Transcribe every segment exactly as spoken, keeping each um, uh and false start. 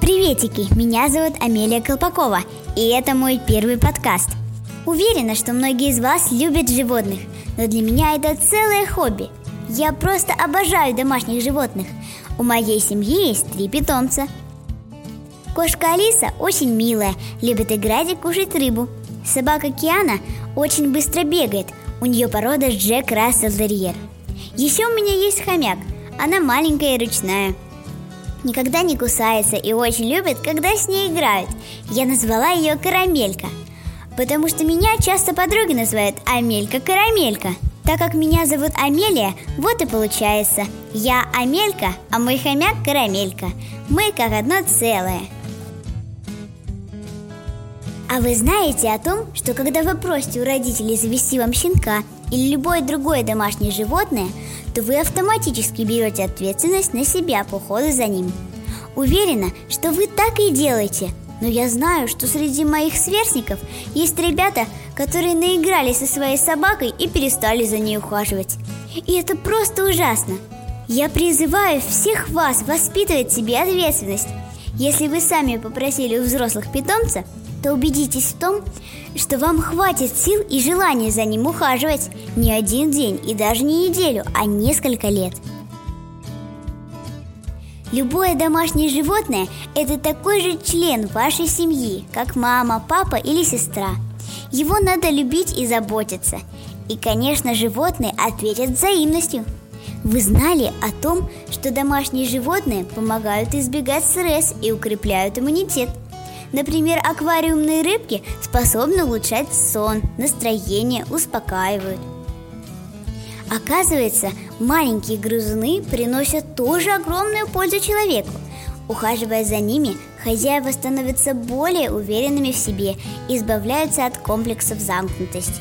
Приветики, меня зовут Амелия Колпакова, и это мой первый подкаст. Уверена, что многие из вас любят животных, но для меня это целое хобби. Я просто обожаю домашних животных. У моей семьи есть три питомца. Кошка Алиса очень милая, любит играть и кушать рыбу. Собака Киана очень быстро бегает, у нее порода Джек Рассел Терьер. Еще у меня есть хомяк, она маленькая и ручная. Никогда не кусается и очень любит, когда с ней играют. Я назвала ее Карамелька, потому что меня часто подруги называют Амелька-Карамелька. Так как меня зовут Амелия, вот и получается. Я Амелька, а мой хомяк Карамелька. Мы как одно целое. А вы знаете о том, что когда вы просите у родителей завести вам щенка или любое другое домашнее животное, то вы автоматически берете ответственность на себя по уходу за ним. Уверена, что вы так и делаете. Но я знаю, что среди моих сверстников есть ребята, которые наигрались со своей собакой и перестали за ней ухаживать. И это просто ужасно. Я призываю всех вас воспитывать в себе ответственность. Если вы сами попросили у взрослых питомца, то убедитесь в том, что вам хватит сил и желания за ним ухаживать не один день и даже не неделю, а несколько лет. Любое домашнее животное – это такой же член вашей семьи, как мама, папа или сестра. Его надо любить и заботиться. И, конечно, животные ответят взаимностью. Вы знали о том, что домашние животные помогают избегать стресса и укрепляют иммунитет? Например, аквариумные рыбки способны улучшать сон, настроение, успокаивают. Оказывается, маленькие грызуны приносят тоже огромную пользу человеку. Ухаживая за ними, хозяева становятся более уверенными в себе и избавляются от комплексов замкнутости.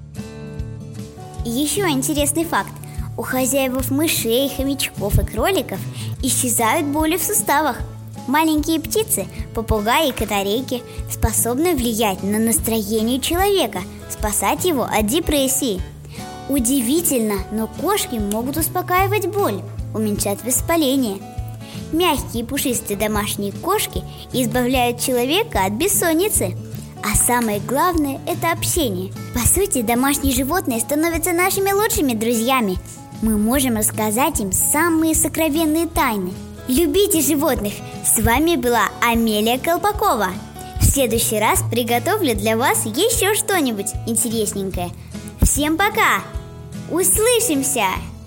И еще интересный факт. У хозяев мышей, хомячков и кроликов исчезают боли в суставах. Маленькие птицы, попугаи и канарейки способны влиять на настроение человека, спасать его от депрессии. Удивительно, но кошки могут успокаивать боль, уменьшать воспаление. Мягкие и пушистые домашние кошки избавляют человека от бессонницы. А самое главное – это общение. По сути, домашние животные становятся нашими лучшими друзьями. Мы можем рассказать им самые сокровенные тайны. Любите животных! С вами была Амелия Колпакова. В следующий раз приготовлю для вас еще что-нибудь интересненькое. Всем пока! Услышимся!